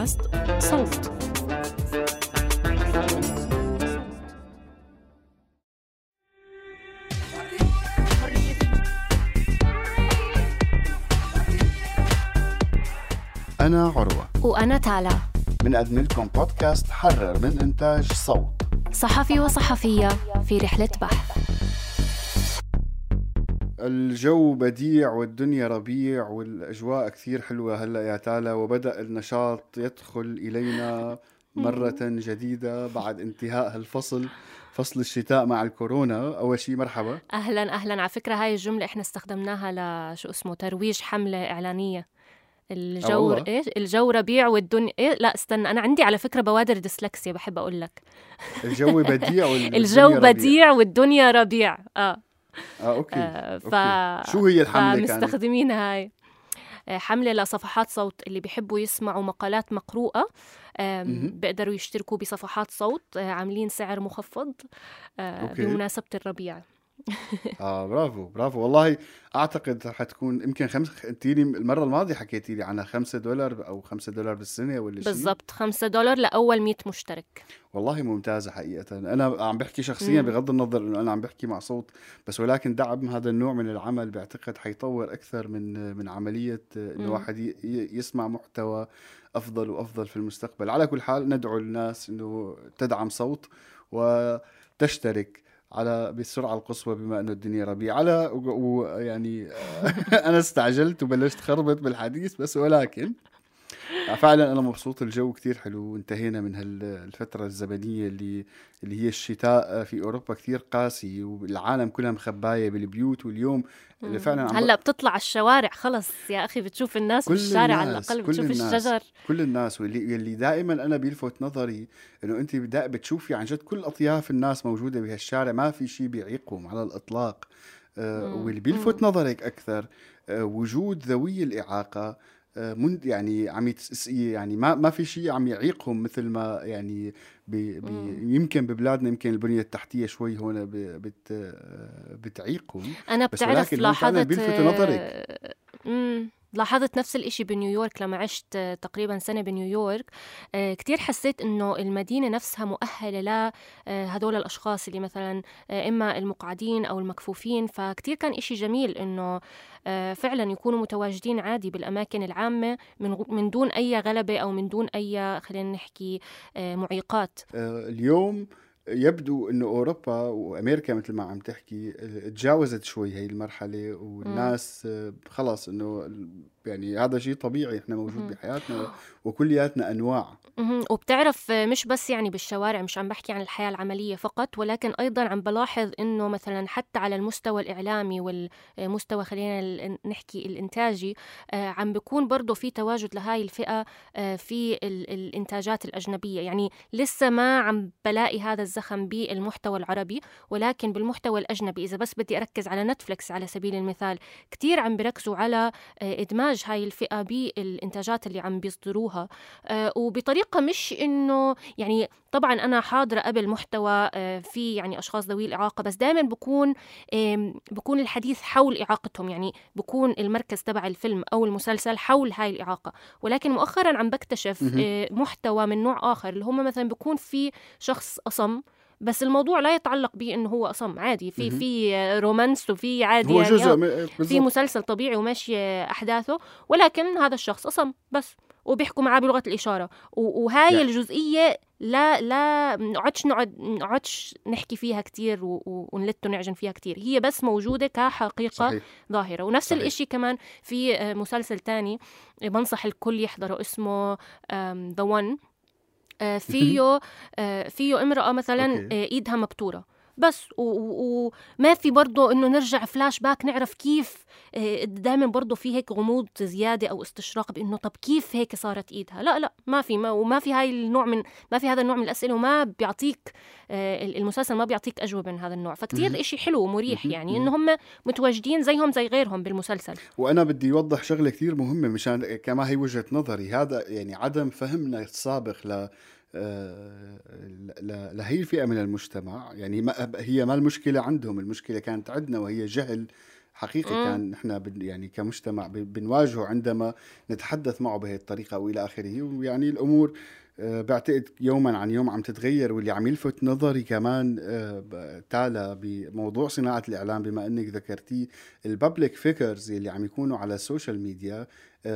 بودكاست صوت. أنا عروة وأنا تالا، بنقدم لكم بودكاست حرر من إنتاج صوت، صحفي وصحفية في رحلة بحث. الجو بديع والدنيا ربيع والأجواء كثير حلوة هلأ يا تالا، وبدأ النشاط يدخل إلينا مرة جديدة بعد انتهاء هالفصل، فصل الشتاء مع الكورونا. أول شيء مرحبا. أهلا أهلا. على فكرة هاي الجملة إحنا استخدمناها ترويج حملة إعلانية. الجو إيش؟ الجو ربيع والدنيا إيه؟ لا استنى، أنا عندي على فكرة بوادر ديسلكسيا، بحب أقول لك الجو بديع الجو بديع والدنيا ربيع. أوكي. أوكي. شو هي الحملة كانت؟ مستخدمين هاي حملة لصفحات صوت اللي بيحبوا يسمعوا مقالات مقروءة، بيقدروا يشتركوا بصفحات صوت، عاملين سعر مخفض بمناسبة الربيع. برافو والله. أعتقد حتكون يمكن انتيلي المرة الماضية حكيتي لي عنها $5 أو $5 بالسنة ولا شيء. بالضبط $5 لأول 100 مشترك. والله ممتازة حقيقة. أنا عم بحكي شخصيا بغض النظر أنه أنا عم بحكي مع صوت بس، ولكن دعم هذا النوع من العمل بعتقد حيطور أكثر من عملية أنه واحد يسمع محتوى أفضل وأفضل في المستقبل. على كل حال ندعو الناس أنه تدعم صوت وتشترك بالسرعة القصوى بما أنه الدنيا ربيع. ويعني أنا استعجلت وبلشت خربط بالحديث بس، ولكن فعلا أنا مبسوط. الجو كتير حلو وانتهينا من الفترة الزمنية اللي هي الشتاء في أوروبا كتير قاسي والعالم كلها مخباية بالبيوت. واليوم اللي فعلا هلأ بتطلع الشوارع خلص يا أخي، بتشوف الناس بالشارع، على الأقل بتشوف الشجر. كل الناس. واللي دائما أنا بيلفت نظري إنه أنت بتشوفي عن جد كل أطياف الناس موجودة بهالشارع، ما في شيء بيعيقهم على الإطلاق. واللي بيلفت نظرك أكثر وجود ذوي الإعاقة، يعني يعني ما في شيء عم يعيقهم مثل ما يعني يمكن ببلادنا يمكن البنية التحتية شوي هون بتعيقهم. أنا بتعرف لاحظت نفس الإشي بنيويورك لما عشت تقريبا سنة بنيويورك. كتير حسيت إنه المدينة نفسها مؤهلة لهدول الأشخاص اللي مثلا إما المقعدين أو المكفوفين. فكتير كان إشي جميل إنه فعلا يكونوا متواجدين عادي بالأماكن العامة من دون أي غلبة أو من دون أي خلينا نحكي معيقات. اليوم يبدو أنه أوروبا وأمريكا مثل ما عم تحكي تجاوزت شوي هاي المرحلة، والناس خلاص أنه يعني هذا شيء طبيعي، إحنا موجود بحياتنا وكلياتنا أنواع. وبتعرف مش بس يعني بالشوارع، مش عم بحكي عن الحياة العملية فقط، ولكن أيضا عم بلاحظ إنه مثلا حتى على المستوى الإعلامي والمستوى خلينا نحكي الإنتاجي، عم بيكون برضو في تواجد لهاي الفئة في الإنتاجات الأجنبية. يعني لسه ما عم بلاقي هذا الزخم بالمحتوى العربي، ولكن بالمحتوى الأجنبي إذا بس بدي أركز على نتفليكس على سبيل المثال، كتير عم بركزوا على إدماج هاي الفئة بالإنتاجات اللي عم بيصدروها، وبطريقة مش إنه يعني طبعا أنا حاضرة قبل محتوى في يعني أشخاص ذوي الإعاقة، بس دائما بكون الحديث حول إعاقتهم، يعني بكون المركز تبع الفيلم أو المسلسل حول هاي الإعاقة. ولكن مؤخرا عم بكتشف محتوى من نوع آخر، اللي هم مثلا بكون في شخص أصم بس الموضوع لا يتعلق به انه هو اصم، عادي في رومانس وفي عادي، هو يعني جزء في مسلسل طبيعي وماشي احداثه، ولكن هذا الشخص اصم بس وبيحكوا معاه بلغة الإشارة. وهاي الجزئية لا نقعدش نحكي فيها كتير ونلت ونعجن فيها كتير، هي بس موجودة كحقيقة صحيح. ظاهرة. ونفس صحيح. الإشي كمان في مسلسل تاني بنصح الكل يحضره اسمه The One. فيه امرأة مثلا ايدها مبتورة بس، وما في برضو انه نرجع فلاش باك نعرف كيف. دائما برضو في هيك غموض زيادة او استشراق بانه طب كيف هيك صارت ايدها. لا وما في ما في هذا النوع من الاسئلة، وما بيعطيك المسلسل ما بيعطيك اجوبة من هذا النوع. فكتير اشي حلو ومريح، يعني انه هم متواجدين زيهم زي غيرهم بالمسلسل. وانا بدي اوضح شغلة كتير مهمة مشان كما هي وجهة نظري، هذا يعني عدم فهمنا السابق لهي الفئة من المجتمع. يعني هي ما المشكلة عندهم، المشكلة كانت عندنا، وهي جهل حقيقي كان نحن يعني كمجتمع بنواجهه عندما نتحدث معه بهذه الطريقة وإلى آخره. ويعني الأمور بعتقد يوما عن يوم عم تتغير. واللي عم يلفت نظري كمان تالا بموضوع صناعة الإعلام، بما أنك ذكرتي البابليك فيكرز اللي عم يكونوا على السوشيال ميديا،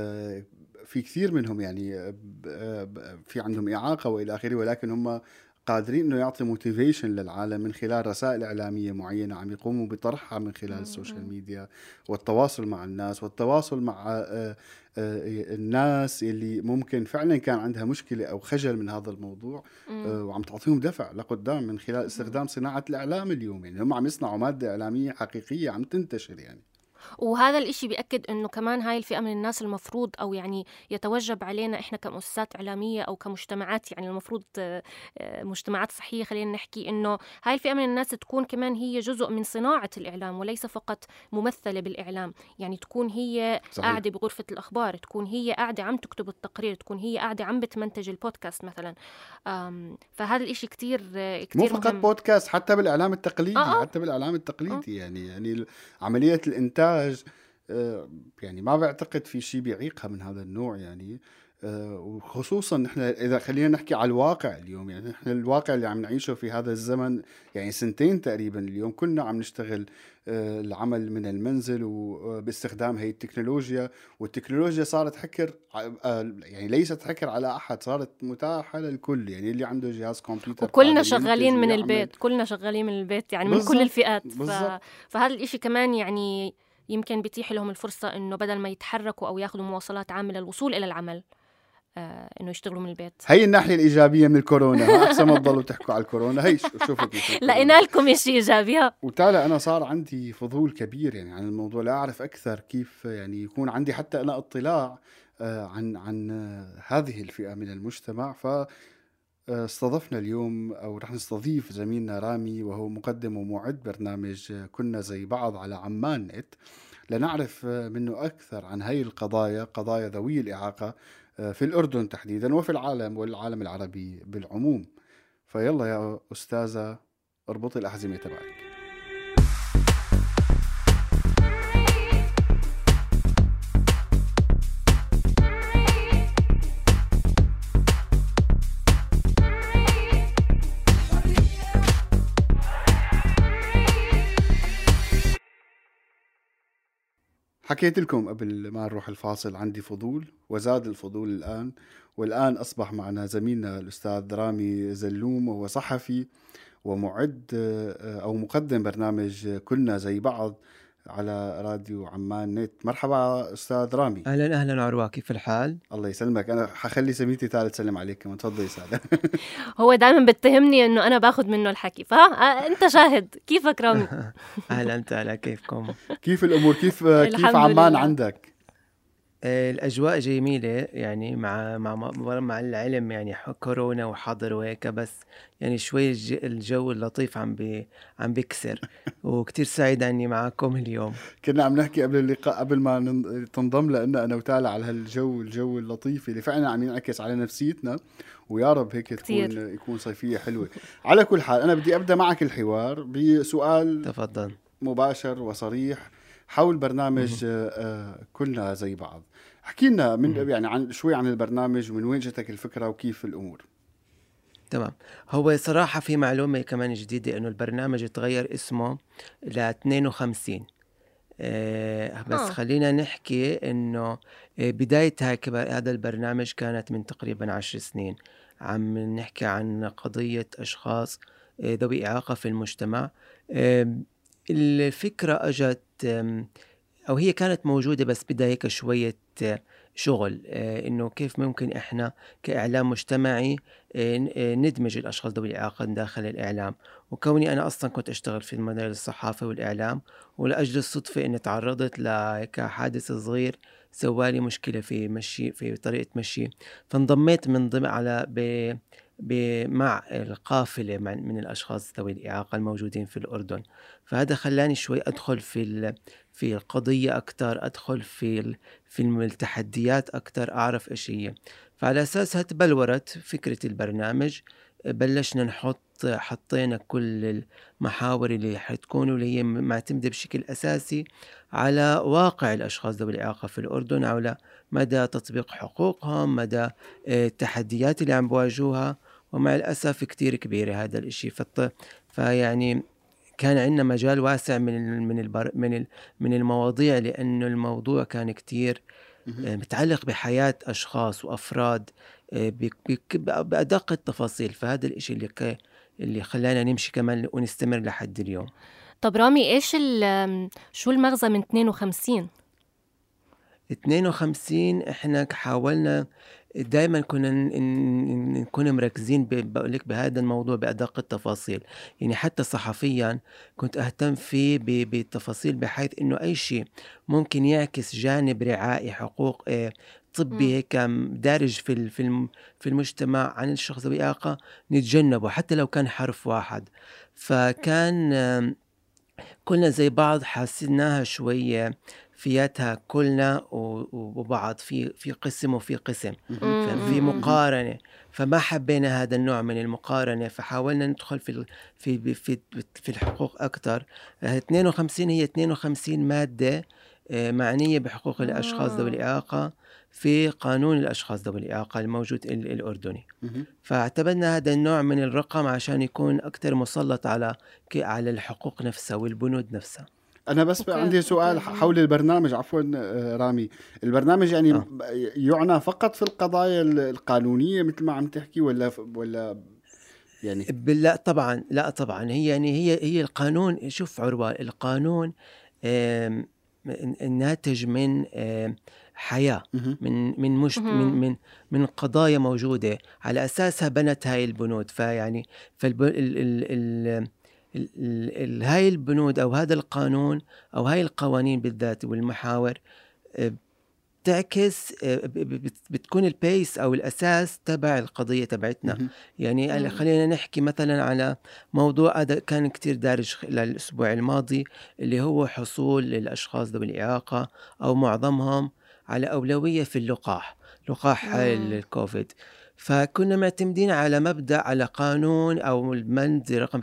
في كثير منهم يعني في عندهم إعاقة وإلى آخره، ولكن هم قادرين انه يعطي موتيفيشن للعالم من خلال رسائل اعلاميه معينه عم يقوموا بطرحها من خلال السوشيال ميديا، والتواصل مع الناس، والتواصل مع الناس اللي ممكن فعلا كان عندها مشكله او خجل من هذا الموضوع، وعم تعطيهم دفع لقدام من خلال استخدام صناعه الاعلام اليوم. يعني هم عم يصنعوا ماده اعلاميه حقيقيه عم تنتشر يعني. وهذا الإشي بيأكد إنه كمان هاي الفئة من الناس المفروض، أو يعني يتوجب علينا إحنا كمؤسسات إعلامية أو كمجتمعات، يعني المفروض مجتمعات صحية خلينا نحكي، إنه هاي الفئة من الناس تكون كمان هي جزء من صناعة الإعلام وليس فقط ممثلة بالإعلام. يعني تكون هي صحيح. قاعدة بغرفة الأخبار، تكون هي قاعدة عم تكتب التقرير، تكون هي قاعدة عم بتمنتج البودكاست مثلا. فهذا الإشي كتير مو فقط مهم. بودكاست، حتى بالإعلام التقليدي. حتى بالإعلام التقليدي يعني عملية الإنتاج يعني ما بعتقد في شيء بيعيقها من هذا النوع يعني. وخصوصا نحن إذا خلينا نحكي على الواقع اليوم، يعني نحن الواقع اللي عم نعيشه في هذا الزمن، يعني سنتين تقريبا اليوم كنا عم نشتغل العمل من المنزل وباستخدام هي التكنولوجيا. والتكنولوجيا صارت حكر يعني ليست حكر على أحد، صارت متاحة للكل. يعني اللي عنده جهاز كمبيوتر وكلنا شغالين من البيت، كلنا شغالين من البيت يعني من كل الفئات. فهذا الإشي كمان يعني يمكن بيتيح لهم الفرصة إنه بدل ما يتحركوا أو ياخذوا مواصلات عامة للوصول إلى العمل، إنه يشتغلوا من البيت. هي الناحية الإيجابية من الكورونا. أحسن ما تضلوا تحكوا على الكورونا. هي شوفوا كيف لقينا لكم شيء إيجابي. وتالي أنا صار عندي فضول كبير يعني عن الموضوع، لا أعرف أكثر كيف يعني يكون عندي حتى أنا اطلاع عن هذه الفئة من المجتمع. استضفنا اليوم أو رح نستضيف زميلنا رامي، وهو مقدم ومعد برنامج كنا زي بعض على عمان نت، لنعرف منه أكثر عن هاي القضايا، قضايا ذوي الإعاقة في الأردن تحديدا وفي العالم والعالم العربي بالعموم. فيلا يا أستاذة اربطي الأحزمة تبعك. حكيت لكم قبل ما نروح الفاصل عندي فضول، وزاد الفضول الآن، والآن أصبح معنا زميلنا الأستاذ رامي زلوم، وهو صحفي ومعد أو مقدم برنامج كنا زي بعض على راديو عمان نت. مرحبا أستاذ رامي. أهلا عروة، كيف الحال؟ الله يسلمك. أنا حخلي سميتي تالي تسلم عليك كمان. تفضلي سادة. هو دائما بتهمني إنه أنا باخذ منه الحكي، فأنت شاهد. كيفك رامي؟ أهلا تالا، كيفكم؟ كيف الأمور؟ كيف عمان عندك؟ الأجواء جميلة يعني مع العلم يعني كورونا وحظر وهيك، بس يعني شوي الجو اللطيف عم بيكسر. وكتير سعيد أني معكم اليوم. كنا عم نحكي قبل اللقاء قبل ما تنضم لنا أنا وتالا على الجو اللطيف اللي فعلا عم ينعكس على نفسيتنا، ويا رب هيك يكون صيفية حلوة. على كل حال أنا بدي أبدأ معك الحوار بسؤال تفضل مباشر وصريح حول برنامج كنا زي بعض. احكي لنا من يعني شوي عن البرنامج ومن وين جتك الفكرة وكيف الأمور. تمام. هو صراحة في معلومة كمان جديدة إنه البرنامج تغير اسمه ل 52. بس خلينا نحكي إنه بداية هذا البرنامج كانت من تقريبا 10 سنين. عم نحكي عن قضية أشخاص ذوي إعاقة في المجتمع. الفكرة أجت أو هي كانت موجودة، بس بدها هيك شوية شغل، إنه كيف ممكن إحنا كإعلام مجتمعي ندمج الأشخاص ذوي الإعاقة داخل الإعلام. وكوني أنا أصلا كنت أشتغل في مجال الصحافة والإعلام، ولأجل الصدفة إني تعرضت لحادث صغير سوالي مشكلة في طريقة مشي، فانضميت من ضمن مع القافلة من الأشخاص ذوي الإعاقة الموجودين في الأردن. فهذا خلاني شوي أدخل في القضية أكتر، أدخل في التحديات أكتر، أعرف إيش هي. فعلى أساسها تبلورت فكرة البرنامج. بلشنا حطينا كل المحاور اللي حتكون واللي هي معتمدة بشكل أساسي على واقع الأشخاص ذوي الإعاقة في الأردن، على مدى تطبيق حقوقهم، مدى التحديات اللي عم بواجهوها. ومع الأسف كتير كبيرة هذا الإشي. فيعني كان عندنا مجال واسع من المواضيع، لأنه الموضوع كان كتير متعلق بحياة أشخاص وأفراد بأدق التفاصيل. فهذا الإشي اللي خلانا نمشي كمان ونستمر لحد اليوم. طب رامي، شو المغزى من 52؟ 52 احنا حاولنا دائما كنا نكون مركزين بقولك بهذا الموضوع بأدق التفاصيل. يعني حتى صحفيا كنت أهتم فيه بالتفاصيل، بحيث إنه أي شيء ممكن يعكس جانب رعائي، حقوق طبي هيك دارج في المجتمع عن الشخص ذوي الإعاقة نتجنبه، حتى لو كان حرف واحد. فكان كلنا زي بعض، حاسيناها شوية فياتها كلنا وبعض، في قسم وفي قسم، في مقارنة. فما حبينا هذا النوع من المقارنة، فحاولنا ندخل في الحقوق أكتر. 52 هي 52 مادة معنية بحقوق الأشخاص ذوي الإعاقة في قانون الأشخاص ذوي الإعاقة الموجود الأردني. فاعتبرنا هذا النوع من الرقم عشان يكون أكتر مسلط على الحقوق نفسها والبنود نفسها. أنا بس عندي سؤال حول البرنامج. عفوا رامي، البرنامج يعني يعنى فقط في القضايا القانونية مثل ما عم تحكي، ولا يعني؟ لا طبعا هي القانون. شوف عروة، القانون الناتج من حياة، من قضايا موجودة على أساسها بنت هاي البنود. فيعني هاي البنود أو هذا القانون أو هاي القوانين بالذات والمحاور تعكس، بتكون البيس أو الأساس تبع القضية تبعتنا. يعني خلينا نحكي مثلا على موضوع هذا كان كتير دارج الأسبوع الماضي، اللي هو حصول الأشخاص ذوي الإعاقة أو معظمهم على أولوية في لقاح الكوفيد. فكنا معتمدين على مبدأ، على قانون أو المند رقم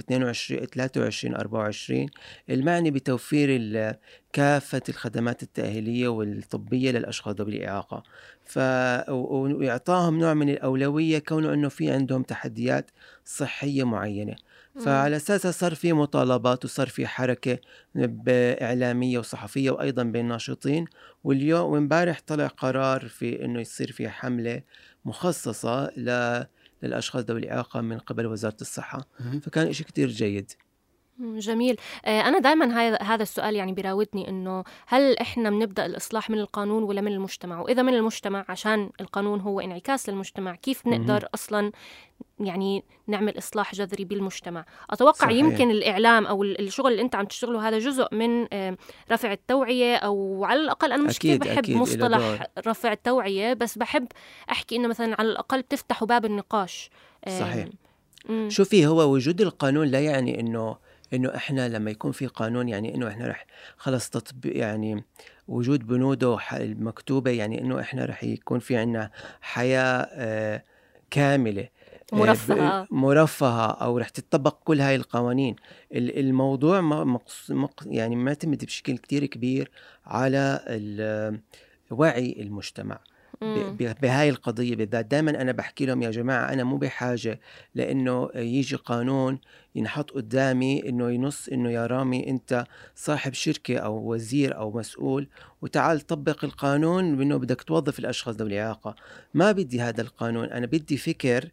23/24 المعني بتوفير كافة الخدمات التأهيلية والطبية للأشخاص ذوي الإعاقة. وإعطاهم نوع من الأولوية كونه أنه في عندهم تحديات صحية معينة. فعلى أساسها صار في مطالبات وصار في حركة إعلامية وصحفية وأيضا بين ناشطين. واليوم وامبارح طلع قرار في أنه يصير في حملة مخصصة للأشخاص ذوي الإعاقة من قبل وزارة الصحة. فكان إشي كتير جيد. جميل. أنا دائما هذا السؤال يعني بيراودني، إنه هل إحنا بنبدأ الإصلاح من القانون ولا من المجتمع؟ وإذا من المجتمع، عشان القانون هو انعكاس للمجتمع، كيف بنقدر أصلا يعني نعمل إصلاح جذري بالمجتمع؟ أتوقع صحيح. يمكن الإعلام أو الشغل اللي أنت عم تشتغله هذا جزء من رفع التوعية، أو على الأقل أنا مش كتير بحب مصطلح رفع التوعية، بس بحب أحكي إنه مثلا على الأقل تفتحوا باب النقاش. صحيح. شوفي، هو وجود القانون لا يعني إنه إحنا لما يكون في قانون يعني إنه إحنا رح خلص تطبيق، يعني وجود بنوده المكتوبة يعني إنه إحنا رح يكون في عنا حياة كاملة مرفهة أو رح تطبق كل هاي القوانين. الموضوع يعني معتمد بشكل كتير كبير على وعي المجتمع بهاي القضية بالذات. دائما أنا بحكي لهم يا جماعة، أنا مو بحاجة لأنه يجي قانون ينحط قدامي إنه ينص إنه يا رامي أنت صاحب شركة أو وزير أو مسؤول وتعال طبق القانون بأنه بدك توظف الأشخاص ذوي الإعاقة. ما بدي هذا القانون، أنا بدي فكر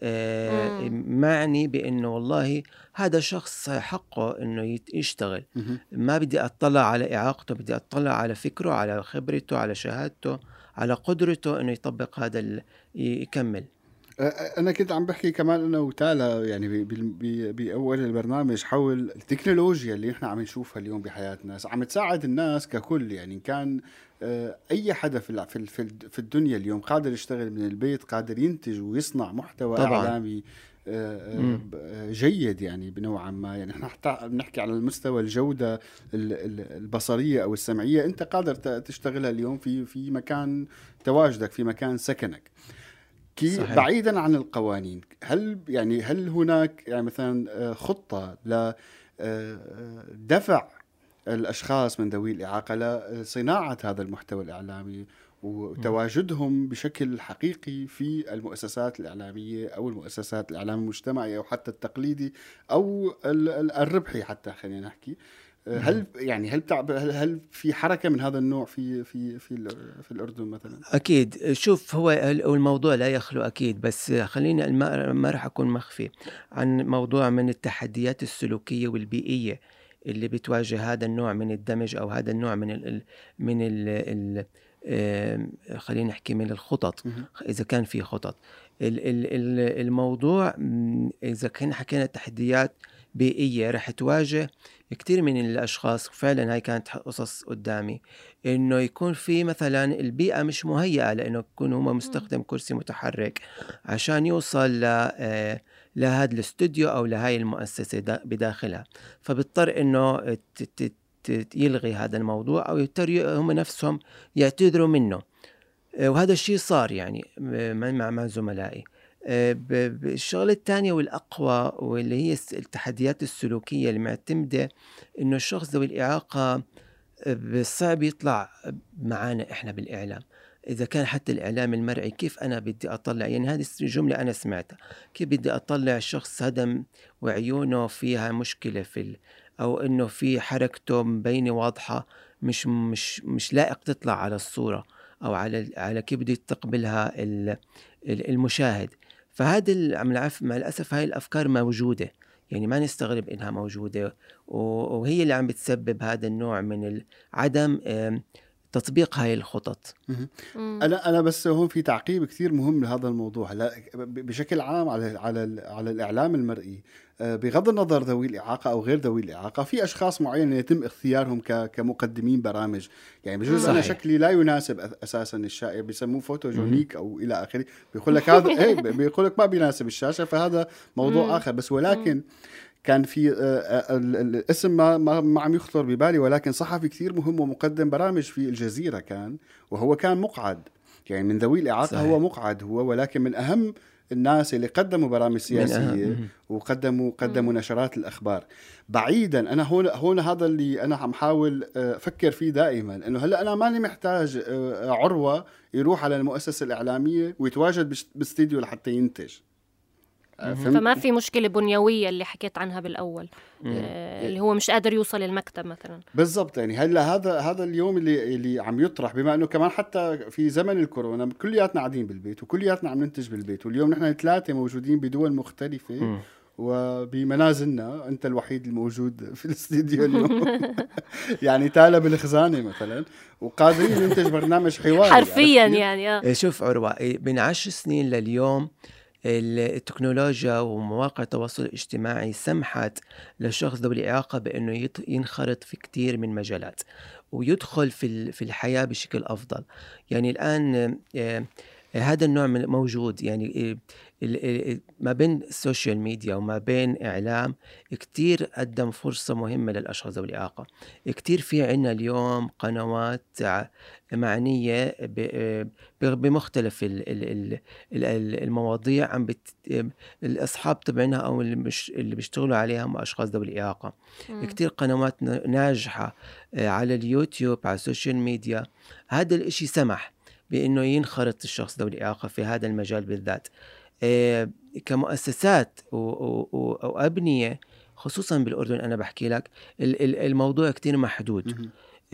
معني بأنه والله هذا شخص حقه أنه يشتغل. ما بدي أطلع على إعاقته، بدي أطلع على فكره، على خبرته، على شهادته، على قدرته أنه يطبق هذا يكمل. أنا كنت عم بحكي كمان أنا وتالا يعني بأول البرنامج حول التكنولوجيا اللي إحنا عم نشوفها اليوم بحياتنا، عم تساعد الناس ككل. يعني كان أي حدا في الدنيا اليوم قادر يشتغل من البيت، قادر ينتج ويصنع محتوى طبعاً. إعلامي جيد يعني بنوعا ما. يعني احنا حتى بنحكي على المستوى الجودة البصرية أو السمعية، أنت قادر تشتغلها اليوم في مكان تواجدك، في مكان سكنك. بعيدا عن القوانين، هل هناك يعني مثلا خطة لدفع الأشخاص من ذوي الإعاقة لصناعة هذا المحتوى الإعلامي وتواجدهم بشكل حقيقي في المؤسسات الإعلامية أو المؤسسات الإعلام المجتمعي أو حتى التقليدي أو الربحي حتى، خلينا نحكي. هل يعني هل في حركة من هذا النوع في الأردن مثلا؟ أكيد. شوف، هو الموضوع لا يخلو أكيد، بس خليني ما راح أكون مخفي عن موضوع من التحديات السلوكية والبيئية اللي بتواجه هذا النوع من الدمج أو هذا النوع من خلينا نحكي من الخطط، إذا كان في خطط. الموضوع إذا كنا حكينا تحديات بيئية رح تواجه كتير من الأشخاص. فعلا هاي كانت قصص قدامي، إنه يكون في مثلا البيئة مش مهيئة لأنه يكون هو مستخدم كرسي متحرك عشان يوصل لهذا الاستوديو أو لهاي المؤسسة بداخلها، فبيضطر إنه يلغي هذا الموضوع أو يضطر هم نفسهم يعتذروا منه. وهذا الشيء صار يعني مع زملائي. الشغلة الثانية والأقوى واللي هي التحديات السلوكية اللي معتمدة إنه الشخص ذوي الإعاقة صعب يطلع معانا إحنا بالإعلام. إذا كان حتى الإعلام المرئي، كيف أنا بدي أطلع، يعني هذه الجملة أنا سمعتها، كيف بدي أطلع الشخص هذا وعيونه فيها مشكلة أو إنه في حركته مبينة واضحة مش لائق تطلع على الصورة أو على كيف بده يستقبلها المشاهد. فهذا مع الأسف هاي الأفكار موجودة، يعني ما نستغرب إنها موجودة، وهي اللي عم بتسبب هذا النوع من عدم تطبيق هاي الخطط. أنا بس هون في تعقيب كثير مهم لهذا الموضوع. لا بشكل عام على الإعلام المرئي، بغض النظر ذوي الإعاقة أو غير ذوي الإعاقة، في أشخاص معينة يتم اختيارهم كمقدمين برامج. يعني بجوز أنا شكلي لا يناسب أساسا الشائع، بيسموه فوتوجونيك أو إلى آخره، بيقول لك هذا بيقول لك ما بيناسب الشاشة، فهذا موضوع آخر. بس ولكن كان في الاسم ما عم يخطر ببالي، ولكن صحفي كثير مهم ومقدم برامج في الجزيرة وهو كان مقعد، يعني من ذوي الإعاقة. صحيح. هو مقعد ولكن من أهم الناس اللي قدموا برامج سياسية وقدموا نشرات الأخبار. بعيدا أنا هون هذا اللي أنا عم حاول أفكر فيه دائما، إنه هلأ أنا ماني محتاج عروة يروح على المؤسسة الإعلامية ويتواجد باستديو لحتى ينتج. فما في مشكلة بنيوية اللي حكيت عنها بالأول، اللي هو مش قادر يوصل المكتب مثلا. بالضبط. يعني هلا هذا اليوم اللي عم يطرح، بما انه كمان حتى في زمن الكورونا كلياتنا قاعدين بالبيت وكلياتنا عم ننتج بالبيت، واليوم نحن 3 موجودين بدول مختلفة وبمنازلنا، انت الوحيد الموجود في الاستديو اليوم يعني تالا بالخزانة مثلا، وقادرين ننتج برنامج حواري حرفيا يعني. شوف عروة، من 10 سنين لليوم التكنولوجيا ومواقع التواصل الاجتماعي سمحت للشخص ذوي الإعاقة بأنه ينخرط في كتير من مجالات ويدخل في الحياة بشكل أفضل. يعني الآن هذا النوع موجود، يعني ما بين السوشيال ميديا وما بين إعلام كتير قدم فرصة مهمة للأشخاص ذوي الإعاقة. كتير في عنا اليوم قنوات معنية بمختلف المواضيع، الأصحاب تبعنا أو اللي بيشتغلوا عليها هم أشخاص ذوي الإعاقة. كتير قنوات ناجحة على اليوتيوب، على السوشيال ميديا. هذا الإشي سمح بأنه ينخرط الشخص ذوي الإعاقة في هذا المجال بالذات. كمؤسسات وأبنية خصوصا بالأردن، أنا بحكي لك الموضوع كتير محدود.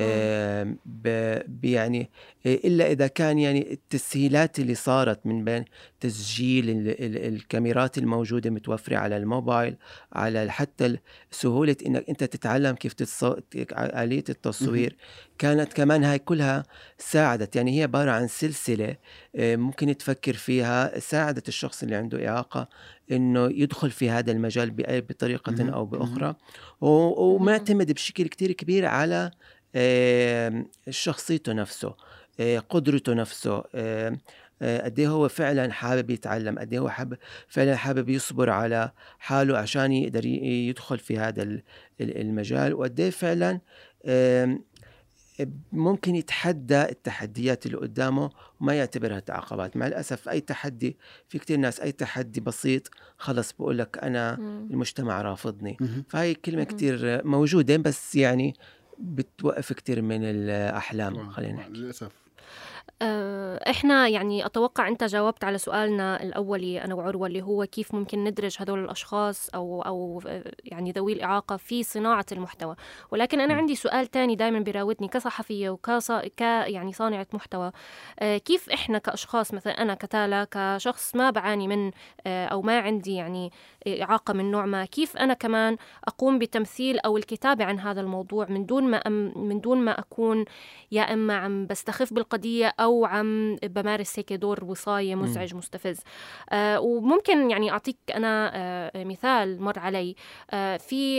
يعني إلا إذا كان يعني التسهيلات اللي صارت من بين تسجيل الكاميرات الموجودة متوفرة على الموبايل، على حتى سهولة إنك أنت تتعلم كيف آلية التصوير، كانت كمان هاي كلها ساعدت. يعني هي عبارة عن سلسلة ممكن تفكر فيها، ساعدت الشخص اللي عنده إعاقة إنه يدخل في هذا المجال بطريقة أو بأخرى، ومعتمد بشكل كتير كبير على شخصيته نفسه، قدرته نفسه، قديه هو فعلا حابب يتعلم، قديه هو فعلا حابب يصبر على حاله عشان يقدر يدخل في هذا المجال، وقديه فعلا ممكن يتحدى التحديات اللي قدامه وما يعتبرها تعقبات. مع الأسف أي تحدي، في كتير ناس أي تحدي بسيط خلص بقول لك أنا المجتمع رافضني. فهي كلمة كتير موجودة، بس يعني بتوقف كتير من الأحلام، خلينا نحكي. للأسف. احنا يعني اتوقع انت جاوبت على سؤالنا الاولي انا وعروه، اللي هو كيف ممكن ندرج هذول الاشخاص او يعني ذوي الاعاقه في صناعه المحتوى. ولكن انا عندي سؤال تاني دائما بيراودني كصحفيه يعني صانعه محتوى. كيف احنا كاشخاص، مثلا انا كتالا كشخص ما بعاني من او ما عندي يعني اعاقه من نوع ما، كيف انا كمان اقوم بتمثيل او الكتابه عن هذا الموضوع من دون ما اكون يا اما عم بستخف بالقضيه او عم بمارس هيك دور وصاية مزعج مستفز. وممكن يعني أعطيك أنا مثال مر علي. في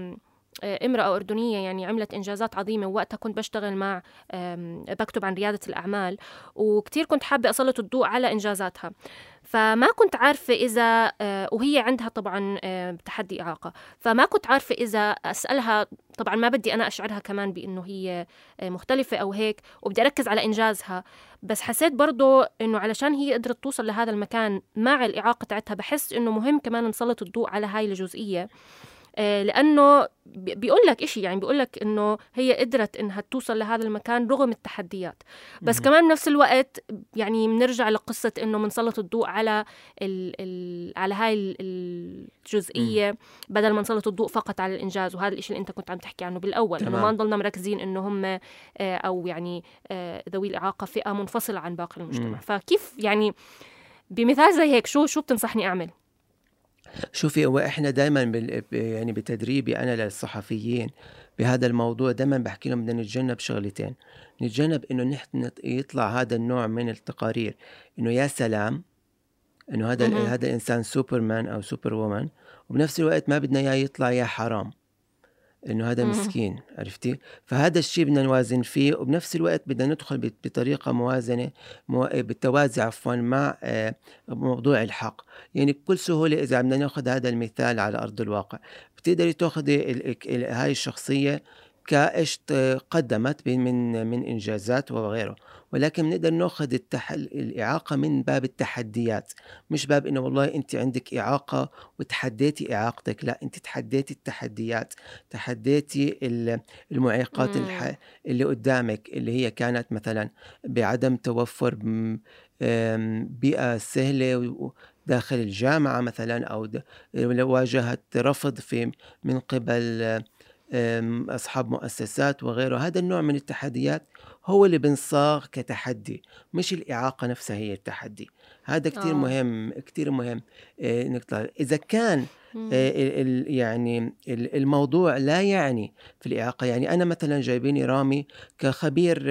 امرأة أردنية يعني عملت إنجازات عظيمة، ووقتها كنت بشتغل مع بكتب عن ريادة الأعمال، وكتير كنت حابة أسلط الضوء على إنجازاتها. فما كنت عارفة إذا وهي عندها طبعا تحدي إعاقة، فما كنت عارفة إذا أسألها. طبعا ما بدي أنا أشعرها كمان بأنه هي مختلفة أو هيك، وبدي أركز على إنجازها. بس حسيت برضو أنه علشان هي قدرت توصل لهذا المكان مع الإعاقة تاعتها، بحس أنه مهم كمان نسلط الضوء على هاي الجزئية. لأنه بيقول لك إشي، يعني بيقول لك إنه هي قدرت إنها توصل لهذا المكان رغم التحديات. بس كمان بنفس الوقت يعني بنرجع لقصة إنه منسلط الضوء على على هاي الجزئية، بدل ما نسلط الضوء فقط على الإنجاز. وهذا الإشي اللي أنت كنت عم تحكي عنه بالأول، إنه ما نضلنا مركزين إنه هم أو يعني ذوي الإعاقة فئة منفصلة عن باقي المجتمع. فكيف يعني بمثال زي هيك شو بتنصحني أعمل؟ شوفي، هو احنا دائما يعني بتدريبي انا للصحفيين بهذا الموضوع دائما بحكي لهم بدنا نتجنب شغلتين. نتجنب انه نحن يطلع هذا النوع من التقارير انه يا سلام انه هذا الانسان سوبرمان او سوبر وومن، وبنفس الوقت ما بدنا اياه يطلع يا حرام انه هذا مسكين، عرفتي؟ فهذا الشيء بدنا نوازن فيه، وبنفس الوقت بدنا ندخل بطريقه موازنه بالتوازي عفوا مع موضوع الحق. يعني بكل سهوله اذا بدنا ناخذ هذا المثال على ارض الواقع، بتقدري تاخذي هاي الشخصيه كايش قدمت من انجازات وغيره، ولكن بنقدر ناخذ الاعاقه من باب التحديات، مش باب انه والله انت عندك اعاقه وتحديتي اعاقتك. لا، انت تحديتي التحديات، تحديتي المعيقات اللي قدامك، اللي هي كانت مثلا بعدم توفر بيئه سهله داخل الجامعه مثلا، او واجهت رفض من قبل أصحاب مؤسسات وغيره. هذا النوع من التحديات هو اللي بنصاغ كتحدي، مش الإعاقة نفسها هي التحدي. هذا كتير مهم، كتير مهم نقطع. إذا كان يعني الموضوع لا يعني في الإعاقة، يعني أنا مثلا جايبيني رامي كخبير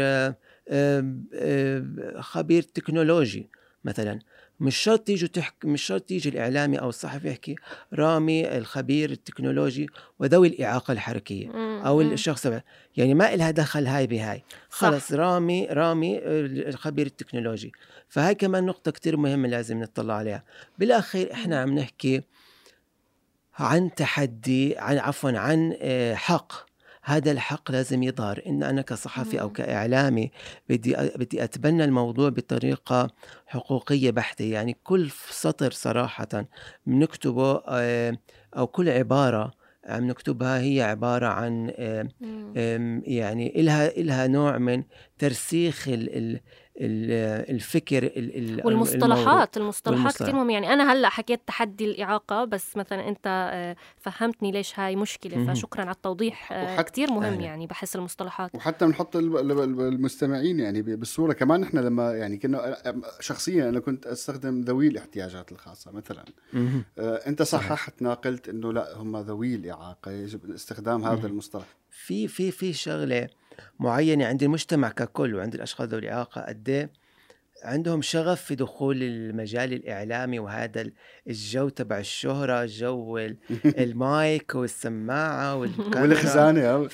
خبير تكنولوجي مثلا، مش شرط يجي الإعلامي أو الصحفي يحكي رامي الخبير التكنولوجي وذوي الإعاقة الحركية أو الشخص، يعني ما إلها دخل هاي بهاي، خلص رامي الخبير التكنولوجي. فهاي كمان نقطة كتير مهمة لازم نطلع عليها. بالأخير إحنا عم نحكي عن تحدي، عن حق. هذا الحق لازم يظهر. إن أنا كصحفي أو كإعلامي بدي أتبنى الموضوع بطريقة حقوقية بحتة. يعني كل سطر صراحة بنكتبه أو كل عبارة عم نكتبها هي عبارة عن يعني إلها نوع من ترسيخ الفكر والمصطلحات كتير مهم. يعني أنا هلأ حكيت تحدي الإعاقة، بس مثلا أنت فهمتني ليش هاي مشكلة، فشكرا على التوضيح. كتير مهم يعني بحس المصطلحات، وحتى بنحط المستمعين يعني بالصورة كمان. نحن لما يعني كنا شخصيا أنا كنت أستخدم ذوي الاحتياجات الخاصة مثلا، أنت صححت ناقلت إنه لا هم ذوي الإعاقة، يجب استخدام هذا المصطلح. في شغلة معينة عند المجتمع ككل وعند الأشخاص ذوي الإعاقة، قد عندهم شغف في دخول المجال الإعلامي، وهذا الجو تبع الشهرة، جو المايك والسماعة والخزانة.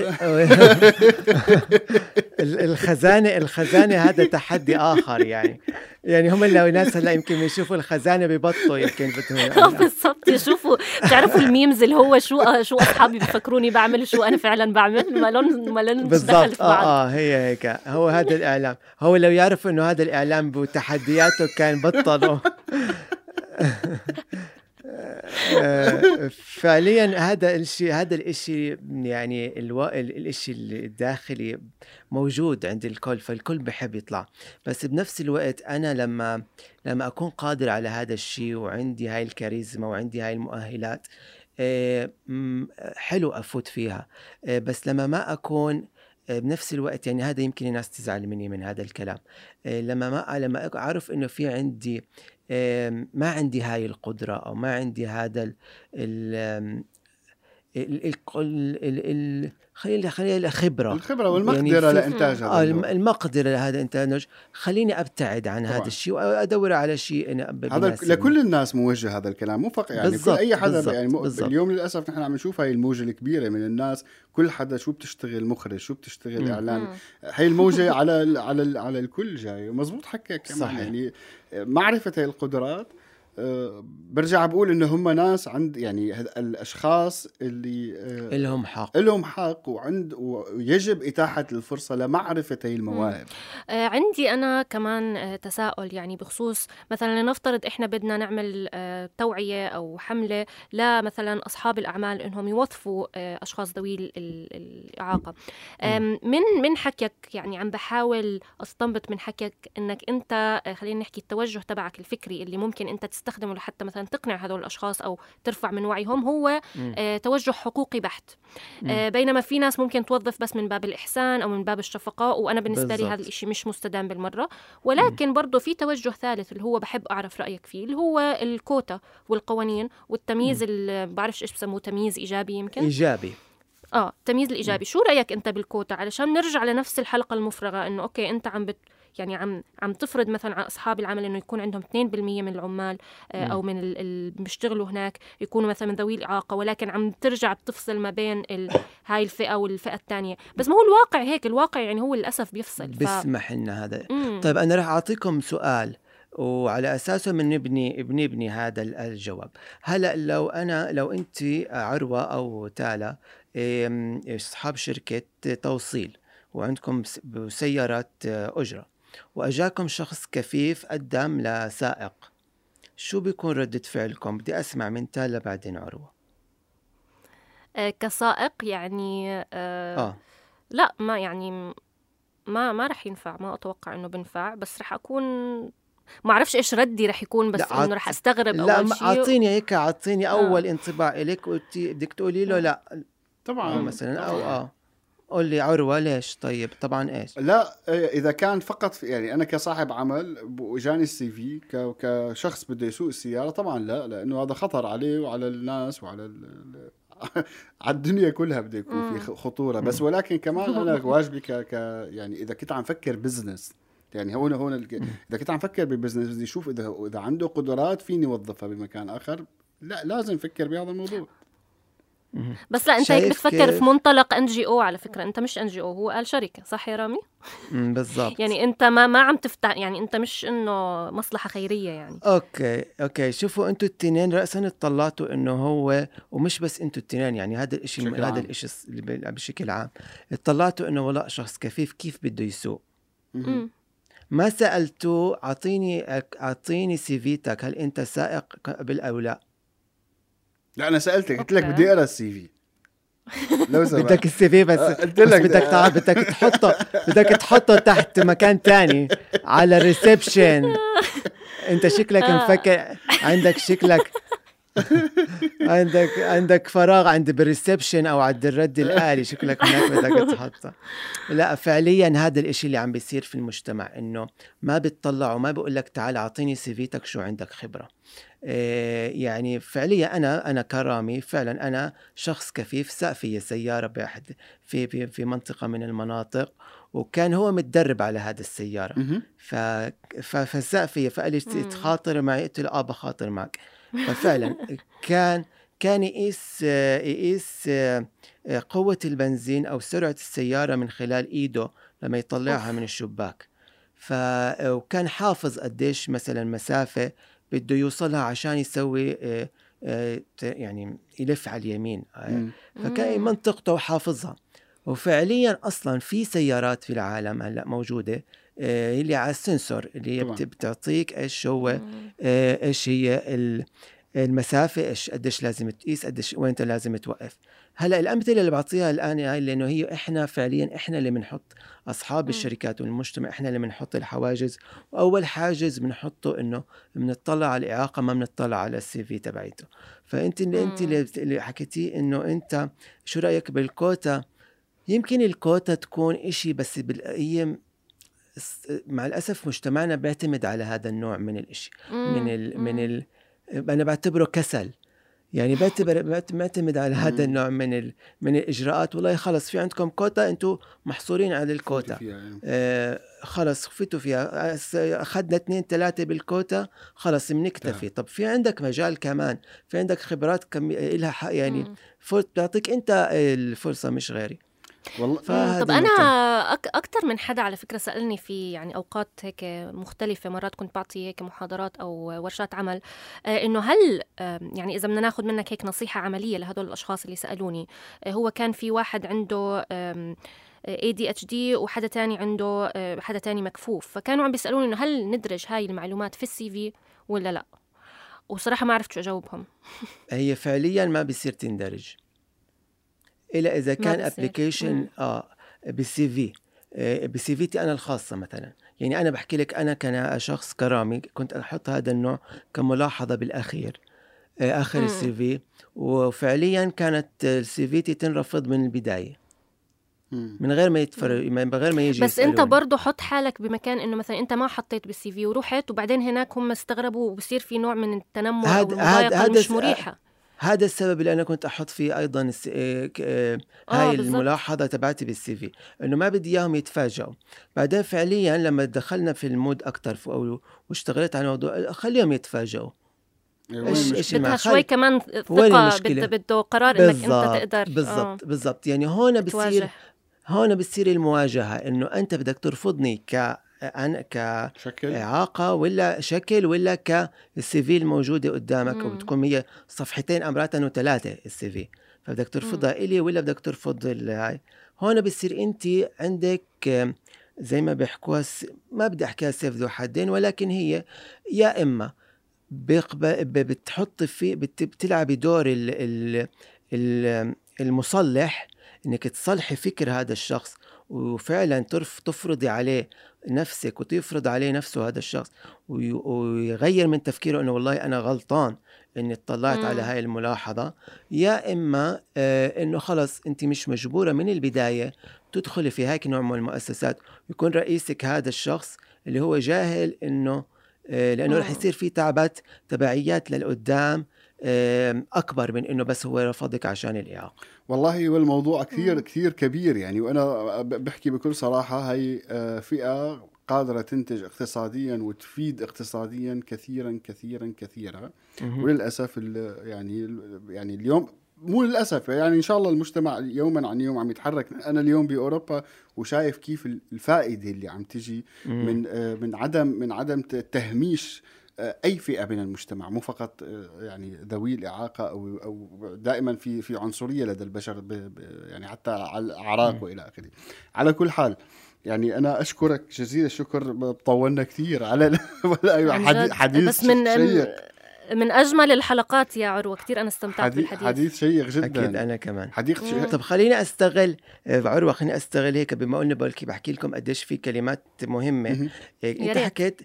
الخزانة هذا تحدي آخر. يعني هم لو ناس هلا يمكن يشوفوا الخزانة ببطوا يمكن بالضبط يشوفوا. تعرفوا الميمز اللي هو شو أصحابي بيفكروني بعمل، شو أنا فعلا بعمل، ما لون بالضبط. هي هيك. هو هذا الإعلام، هو لو يعرفوا إنه هذا الإعلام بتحدياته كان بطلوا. فعليا هذا الشيء يعني الشيء الداخلي موجود عند الكل، فالكل بحب يطلع. بس بنفس الوقت أنا لما أكون قادر على هذا الشيء وعندي هاي الكاريزما وعندي هاي المؤهلات، حلو أفوت فيها. بس لما ما أكون بنفس الوقت، يعني هذا يمكن الناس تزعل مني من هذا الكلام، لما أعرف إنه في عندي ما عندي هاي القدرة أو ما عندي هذا خلينا الخبرة والمقدرة يعني لإنتاج هذا النوع. المقدرة لهذا إنتاج، خليني أبتعد عن طبعاً. هذا الشيء وأدور على شيء هذا لكل الناس موجه هذا الكلام، مو فقط يعني كل أي حدا يعني اليوم للأسف نحن عم نشوف هاي الموجة الكبيرة من الناس، كل حدا شو بتشتغل مخرج، شو بتشتغل إعلان، هاي الموجة على الكل جاي. ومزبوط حكى كمان، يعني معرفة هاي القدرات. برجع بقول إنه هم ناس عند يعني الأشخاص اللي لهم حق ويجب إتاحة الفرصة لمعرفة هاي المواهب. عندي أنا كمان تساؤل، يعني بخصوص مثلا لنفترض إحنا بدنا نعمل توعية أو حملة لمثلا أصحاب الأعمال إنهم يوظفوا أشخاص ذوي الإعاقة. من حكيك يعني عم بحاول أستنبط من حكيك إنك أنت خلينا نحكي التوجه تبعك الفكري اللي ممكن أنت تستخدمه لحتى مثلا تقنع هذول الأشخاص أو ترفع من وعيهم هو توجه حقوقي بحت. بينما في ناس ممكن توظف بس من باب الإحسان أو من باب الشفقة، وأنا بالنسبة لي هذا الإشي مش مستدام بالمرة. ولكن برضو في توجه ثالث اللي هو بحب أعرف رأيك فيه، اللي هو الكوتا والقوانين والتمييز، اللي بعرفش إيش بسموه، تمييز إيجابي يمكن إيجابي. تمييز الإيجابي. شو رأيك أنت بالكوتا، علشان نرجع لنفس الحلقة المفرغة إنه أوكي أنت يعني عم تفرض مثلا على أصحاب العمل إنه يكون عندهم 2% من العمال أو من اللي بيشتغلوا هناك يكونوا مثلا من ذوي الإعاقة، ولكن عم ترجع بتفصل ما بين هاي الفئة والفئة الثانية. بس ما هو الواقع هيك، الواقع يعني هو للأسف بيفصل. بسمح لنا هذا. طيب أنا رح أعطيكم سؤال وعلى أساسه بنبني هذا الجواب. هلأ لو أنت عروة أو تالا أصحاب شركة توصيل وعندكم سيارات أجرة، وأجاكم شخص كفيف قدم لسائق، شو بيكون ردة فعلكم؟ بدي أسمع من تالا بعدين عروة. كسائق يعني لا، ما يعني ما رح ينفع، ما أتوقع إنه بنفع، بس رح أكون ما أعرفش إيش ردي رح يكون، بس إنه رح أستغرب أول شيء. لا أعطيني أول انطباع إليك بدك تقولي له لا طبعا مثلا أو قول لي عروة ليش. طيب طبعا إيش؟ لا إذا كان فقط يعني أنا كصاحب عمل وجاني السي في كشخص بده يسوق السيارة، طبعا لا، لأنه هذا خطر عليه وعلى الناس وعلى على الدنيا كلها بده يكون في خطورة. بس ولكن كمان أنا واجبي يعني إذا كنت عم فكر بزنس، يعني هون إذا كنت عم فكر ببزنس بدي أشوف إذا عنده قدرات فيني وظفها بمكان آخر، لا لازم فكر بهذا الموضوع. بس لا، انت هيك بتفكر في منطلق NGO على فكرة، انت مش NGO، هو قال شركة، صح يا رامي؟ بالضبط. يعني انت ما عم تفتح، يعني انت مش انه مصلحة خيرية يعني. اوكي شوفوا انتوا التنين رأسا اطلعتوا انه هو، ومش بس انتوا التنين، يعني هذا الاشي بشكل عام اطلعتوا انه والله شخص كفيف كيف بده يسوق. ما سألتوا اعطيني سيفيتك، هل انت سائق قبل او لا؟ لا أنا سألتك، قلت لك بدي أقرأ السي في. لو بدك السي في بس بدك تحطه تحت مكان تاني على الريسبشن. انت شكلك مفكر عندك فراغ عند بالريسبشن او عند الرد الآلي، شكلك هناك بدك تحطه. لا فعليا هذا الاشي اللي عم بيصير في المجتمع، انه ما بتطلع وما بقول لك تعال اعطيني سيفيتك شو عندك خبرة. يعني فعليا أنا كرامي فعلا أنا شخص كفيف، ساقفي سيارة بأحد في منطقة من المناطق، وكان هو متدرب على هذا السيارة. فساقفي فقال لي تخاطر معي، قلت له بخاطر معك. ففعلا كان يقيس قوة البنزين أو سرعة السيارة من خلال إيده لما يطلعها من الشباك. وكان حافظ قديش مثلا مسافة بده يوصلها عشان يسوي يعني يلف على اليمين. فكان منطقته وحافظها. وفعليا أصلا في العالم هلأ موجودة اللي على السنسور اللي بتعطيك إيش هو إيش هي المسافة قديش لازم تقيس، قديش وين لازم توقف. هلا الأمثلة اللي بعطيها الآن هاي لأنه هي إحنا فعليا إحنا اللي بنحط أصحاب الشركات والمجتمع، إحنا اللي بنحط الحواجز. وأول حاجز بنحطه إنه بنطلع على الإعاقة، ما بنطلع على السي في تبعيته. فأنت اللي حكيتيه إنه أنت شو رأيك بالكوتا؟ يمكن الكوتا تكون إشي، بس هي مع الأسف مجتمعنا بيعتمد على هذا النوع من الإشي، أنا بعتبره كسل. يعني معتمد على هذا النوع من الإجراءات. والله خلص في عندكم كوتا، أنتوا محصورين على الكوتا، خلص خفتوا فيها، أخذنا 2-3 بالكوتا خلص بنكتفي. طب في عندك مجال كمان، في عندك خبرات إلها حق، يعني بتعطيك أنت الفرصة مش غيري. والله طب أنا أكتر من حدا على فكرة سألني في يعني أوقات هيك مختلفة، مرات كنت بعطي هيك محاضرات أو ورشات عمل، إنه هل يعني إذا بدنا ناخد منك هيك نصيحة عملية لهدول الأشخاص اللي سألوني. هو كان في واحد عنده ADHD وحدا تاني عنده حدا تاني مكفوف، فكانوا عم بيسألوني إنه هل ندرج هاي المعلومات في CV ولا لا، وصراحة ما عرفت شو أجاوبهم. هي فعليا ما بيصير تندرج إلا إذا كان أبليكيشن بالسي في تي أنا الخاصة مثلا. يعني أنا بحكي لك، أنا كشخص كرامي كنت أحط هذا النوع كملاحظة بالأخير، آخر السي في، وفعليا كانت السي في تي تنرفض من البداية من غير ما يتفرج، من غير ما يجي بس يسألوني. أنت برضو حط حالك بمكان إنه مثلا أنت ما حطيت بالسي في ورحت، وبعدين هناك هم استغربوا وبصير في نوع من التنمر أو المضايقة مش مريحة. هذا السبب اللي أنا كنت أحط فيه أيضا هاي الملاحظة تبعتي بالسي في، إنه ما بدي إياهم يتفاجئوا. بعدين فعليا لما دخلنا في المود أكتر واشتغلت على الموضوع، خليهم يتفاجئوا. بدها شوي كمان ثقة، بده قرار إنك أنت تقدر. بالضبط. يعني هون بتصير المواجهة، إنه أنت بدك ترفضني كإعاقة ولا شكل ولا كالسي في الموجودة قدامك، وبتكون هي صفحتين أمراتن و3 السي في، فبدك ترفضها إلي ولا بدك ترفض هاي. هون بتصير أنت عندك زي ما بيحكوها، ما بدي أحكيها سيف ذو حدين، ولكن هي يا إما بتحط في بتلعبي دور المصلح، إنك تصلحي فكر هذا الشخص وفعلا تفرضي عليه نفسك وتفرض عليه نفسه هذا الشخص، ويغير من تفكيره إنه والله أنا غلطان إني اطلعت على هاي الملاحظة. يا إما إنه خلص أنت مش مجبورة من البداية تدخلي في هيك نوع من المؤسسات، ويكون رئيسك هذا الشخص اللي هو جاهل إنه لأنه رح يصير في تبعيات للقدام أكبر من إنه بس هو رفضك عشان الإعاقة. والله والموضوع كثير كثير كبير يعني، وأنا بحكي بكل صراحة، هاي فئة قادرة تنتج اقتصاديا وتفيد اقتصاديا كثيرا كثيرا كثيرا. وللأسف يعني اليوم، مو للأسف يعني، إن شاء الله المجتمع يوما عن يوم عم يتحرك. أنا اليوم بأوروبا وشايف كيف الفائدة اللي عم تجي من عدم تهميش أي فئة من المجتمع، مو فقط يعني ذوي الإعاقة أو دائما في عنصرية لدى البشر يعني حتى على الأعراق وإلى آخره. على كل حال يعني أنا أشكرك جزيل الشكر، طولنا كثير على حديث بس من أجمل الحلقات يا عروة، كتير أنا استمتعت بالحديث. حديث شيق جدا. أكيد أنا كمان. طب خليني أستغل عروة، خليني أستغل هيك بما قلنا بحكي لكم قديش في كلمات مهمة. أنت حكيت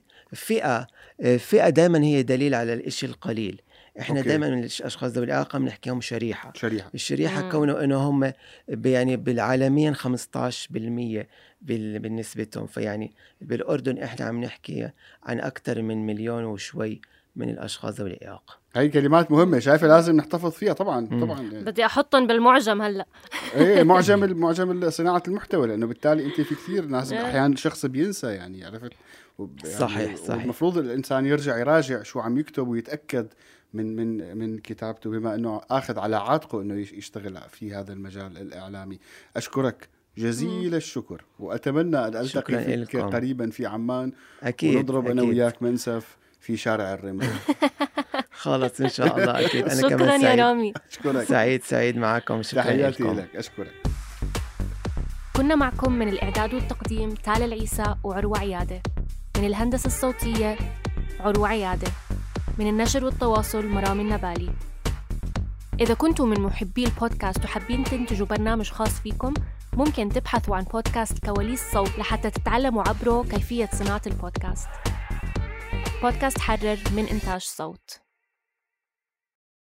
فئة دائما هي دليل على الإشي القليل. إحنا دائما من الأشخاص ذوي الإعاقة بنحكيهم شريحة. الشريحة كونه إنه هم يعني بالعالميا 15% بالنسبتهم. فيعني بالأردن إحنا عم نحكي عن أكثر من 1,000,000 وشوي من الأشخاص ذوي الإعاقة. هاي كلمات مهمة، شايفة لازم نحتفظ فيها طبعا. بدي أحطهم بالمعجم هلا. إيه، معجم صناعة المحتوى، لأنه بالتالي أنت في كثير ناس أحيانا شخص بينسى، يعني عرفت. صحيح. المفروض الإنسان يرجع يراجع شو عم يكتب ويتأكد من كتابته، بما أنه أخذ على عاتقه أنه يشتغل في هذا المجال الإعلامي. أشكرك جزيل الشكر، وأتمنى أن ألتقي فيك قريبا في عمان. أكيد. ونضرب أنا وياك منسف في شارع الرمل. خلاص إن شاء الله. أكيد. أنا شكرا كمان يا رامي. أشكرك. سعيد معكم. تحياتي لك. أشكرك. كنا معكم من الإعداد والتقديم تالا العيسى وعروة عيادة، من الهندسة الصوتية عروة عيادة، من النشر والتواصل مرام النبالي. إذا كنتم من محبي البودكاست وحابين تنتجوا برنامج خاص فيكم، ممكن تبحثوا عن بودكاست كواليس صوت لحتى تتعلموا عبره كيفية صناعة البودكاست. بودكاست حرر من إنتاج صوت.